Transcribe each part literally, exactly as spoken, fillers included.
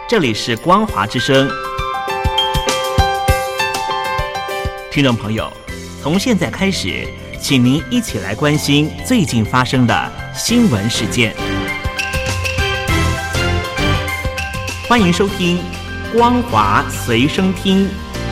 这里是光华之声。听众朋友，从现在开始，请您一起来关心最近发生的新闻事件。欢迎收听光华随声听。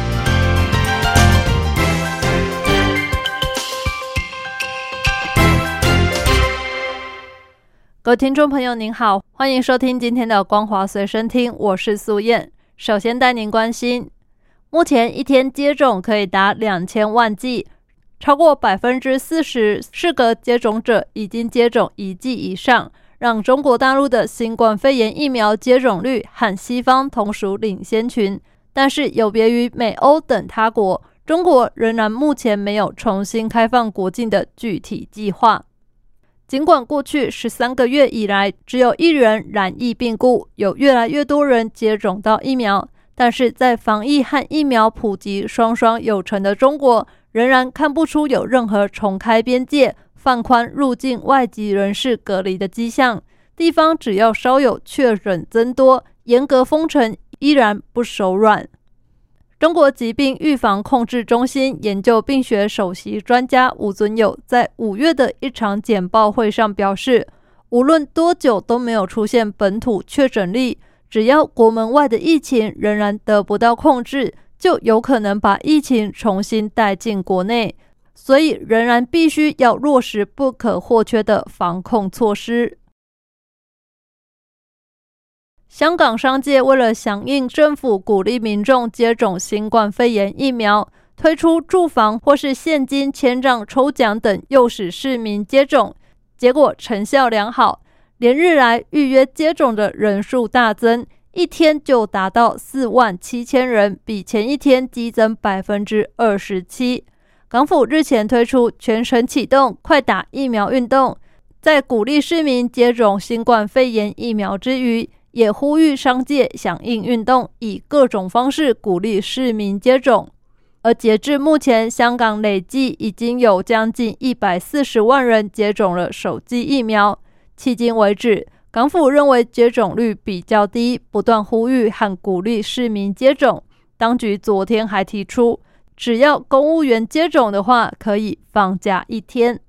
各位听众朋友您好，欢迎收听今天的光华随身听，我是苏燕。首先带您关心，目前一天接种可以达两千万剂，超过 百分之四十 适格接种者已经接种一剂以上，让中国大陆的新冠肺炎疫苗接种率和西方同属领先群。但是有别于美欧等他国，中国仍然目前没有重新开放国境的具体计划。尽管过去十三个月以来只有一人染疫病故，有越来越多人接种到疫苗，但是在防疫和疫苗普及双双有成的中国，仍然看不出有任何重开边界、放宽入境外籍人士隔离的迹象。地方只要稍有确诊增多，严格封城依然不手软。中国疾病预防控制中心研究病学首席专家吴尊友在五月的一场简报会上表示，无论多久都没有出现本土确诊例，只要国门外的疫情仍然得不到控制，就有可能把疫情重新带进国内，所以仍然必须要落实不可或缺的防控措施。香港商界为了响应政府鼓励民众接种新冠肺炎疫苗，推出住房或是现金签账抽奖等诱使市民接种，结果成效良好，连日来预约接种的人数大增，一天就达到四万七千人，比前一天激增 百分之二十七。港府日前推出全城启动快打疫苗运动，在鼓励市民接种新冠肺炎疫苗之余，也呼吁商界响应运动，以各种方式鼓励市民接种。而截至目前，香港累计已经有将近一百四十万人接种了首剂疫苗。迄今为止，港府认为接种率比较低，不断呼吁和鼓励市民接种。当局昨天还提出，只要公务员接种的话，可以放假一天。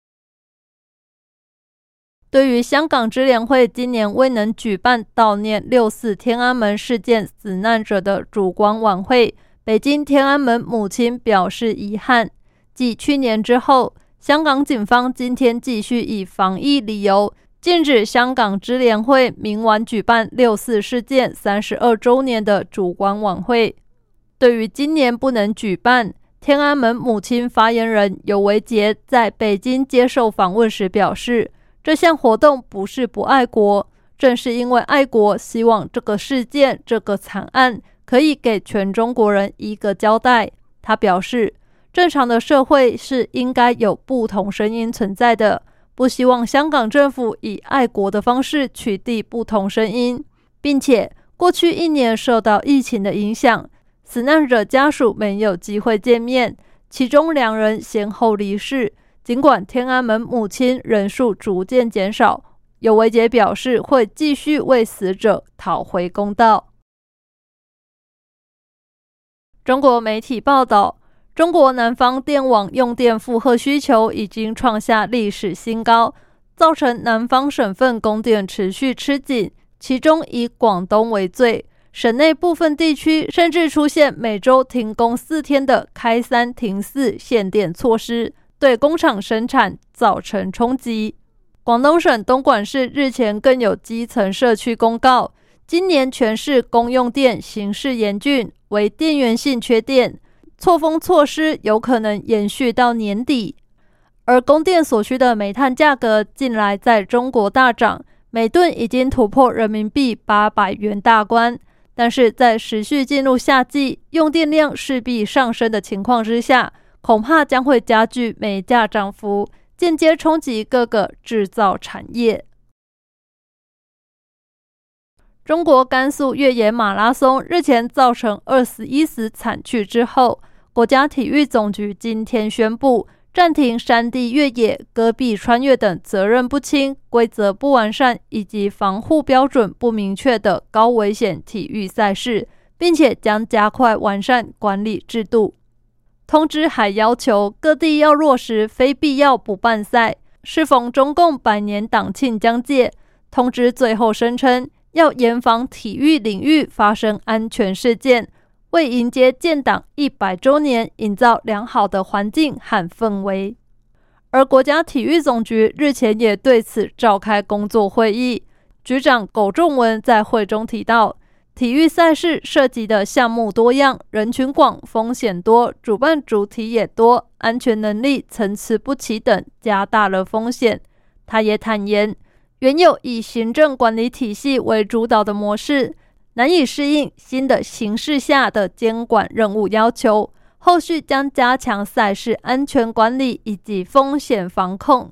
对于香港支联会今年未能举办悼念六四天安门事件死难者的烛光晚会，北京天安门母亲表示遗憾。继去年之后，香港警方今天继续以防疫理由，禁止香港支联会明晚举办六四事件三十二周年的烛光晚会。对于今年不能举办，天安门母亲发言人尤维洁在北京接受访问时表示，这项活动不是不爱国，正是因为爱国，希望这个事件、这个惨案可以给全中国人一个交代。他表示，正常的社会是应该有不同声音存在的，不希望香港政府以爱国的方式取缔不同声音，并且过去一年受到疫情的影响，死难者家属没有机会见面，其中两人先后离世。尽管天安门母亲人数逐渐减少，尤维洁表示会继续为死者讨回公道。中国媒体报道，中国南方电网用电负荷需求已经创下历史新高，造成南方省份供电持续吃紧，其中以广东为最，省内部分地区甚至出现每周停工四天的开三停四限电措施，对工厂生产造成冲击。广东省东莞市日前更有基层社区公告，今年全市公用电形势严峻，为电源性缺电，错峰措施有可能延续到年底。而供电所需的煤炭价格近来在中国大涨，每吨已经突破人民币八百元大关，但是在持续进入夏季，用电量势必上升的情况之下，恐怕将会加剧煤价涨幅，间接冲击各个制造产业。中国甘肃越野马拉松日前造成二十一死惨去之后，国家体育总局今天宣布， 暂停山地越野、戈壁穿越等责任不清、规则不完善以及防护标准不明确的高危险体育赛事，并且将加快完善管理制度。通知还要求各地要落实非必要不办赛。适逢中共百年党庆将届，通知最后声称要严防体育领域发生安全事件，为迎接建党一百周年营造良好的环境和氛围。而国家体育总局日前也对此召开工作会议，局长苟仲文在会中提到，体育赛事涉及的项目多样，人群广，风险多，主办主体也多，安全能力参差不齐等，加大了风险。他也坦言，原有以行政管理体系为主导的模式，难以适应新的形势下的监管任务要求，后续将加强赛事安全管理以及风险防控。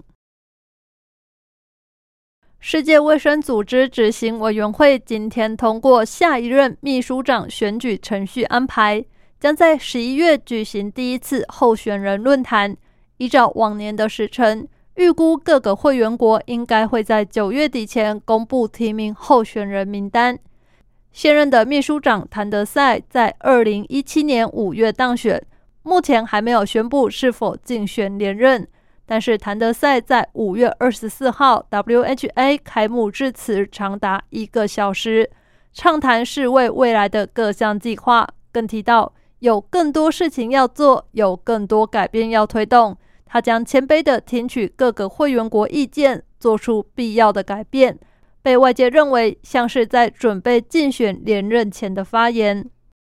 世界卫生组织执行委员会今天通过下一任秘书长选举程序安排，将在十一月举行第一次候选人论坛。依照往年的时程，预估各个会员国应该会在九月底前公布提名候选人名单。现任的秘书长谭德赛在二零一七年五月当选，目前还没有宣布是否竞选连任。但是谭德赛在五月二十四号 W H A 开幕致辞长达一个小时，畅谈世卫未来的各项计划，更提到有更多事情要做，有更多改变要推动。他将谦卑地听取各个会员国意见，做出必要的改变，被外界认为像是在准备竞选连任前的发言。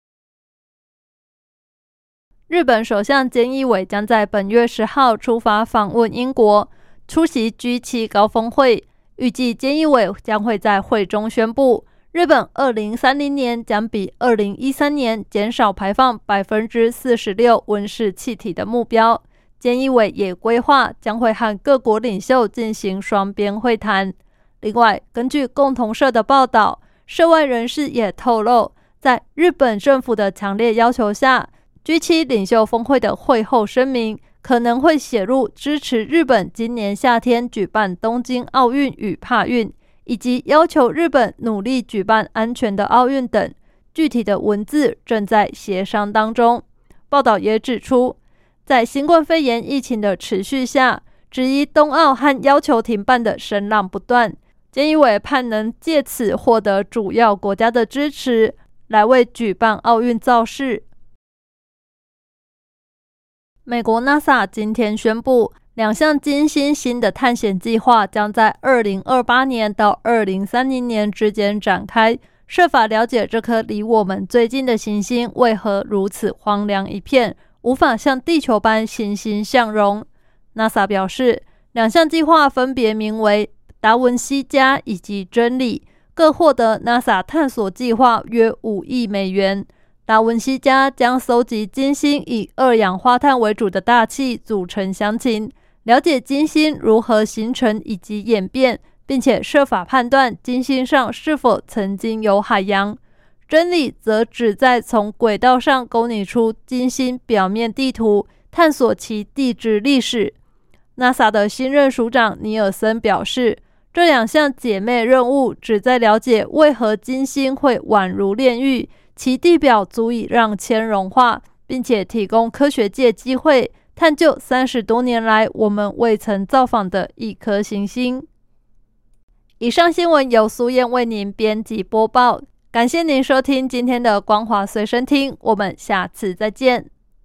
日本首相菅义伟将在本月十号出发访问英国，出席 G 七 高峰会。预计菅义伟将会在会中宣布，日本二零三零年将比二零一三年减少排放 百分之四十六 温室气体的目标。菅义伟也规划将会和各国领袖进行双边会谈。另外，根据共同社的报道，涉外人士也透露，在日本政府的强烈要求下，G 七 领袖峰会的会后声明可能会写入支持日本今年夏天举办东京奥运与帕运，以及要求日本努力举办安全的奥运等，具体的文字正在协商当中。报道也指出，在新冠肺炎疫情的持续下，质疑冬奥和要求停办的声浪不断。菅义伟盼能借此获得主要国家的支持，来为举办奥运造势。美国 NASA 今天宣布，两项金星新的探险计划将在二零二八年到二零三零年之间展开，设法了解这颗离我们最近的行星为何如此荒凉一片，无法像地球般欣欣向荣。 NASA 表示，两项计划分别名为达文西加以及真理，各获得 NASA 探索计划约五亿美元。达文西加将搜集金星以二氧化碳为主的大气组成详情，了解金星如何形成以及演变，并且设法判断金星上是否曾经有海洋。真理则旨在从轨道上勾拟出金星表面地图，探索其地质历史。 NASA 的新任署长尼尔森表示，这两项姐妹任务旨在了解为何金星会宛如炼狱，其地表足以让铅融化，并且提供科学界机会探究三十多年来我们未曾造访的一颗行星。以上新闻由苏燕为您编辑播报，感谢您收听今天的光华随身听，我们下次再见。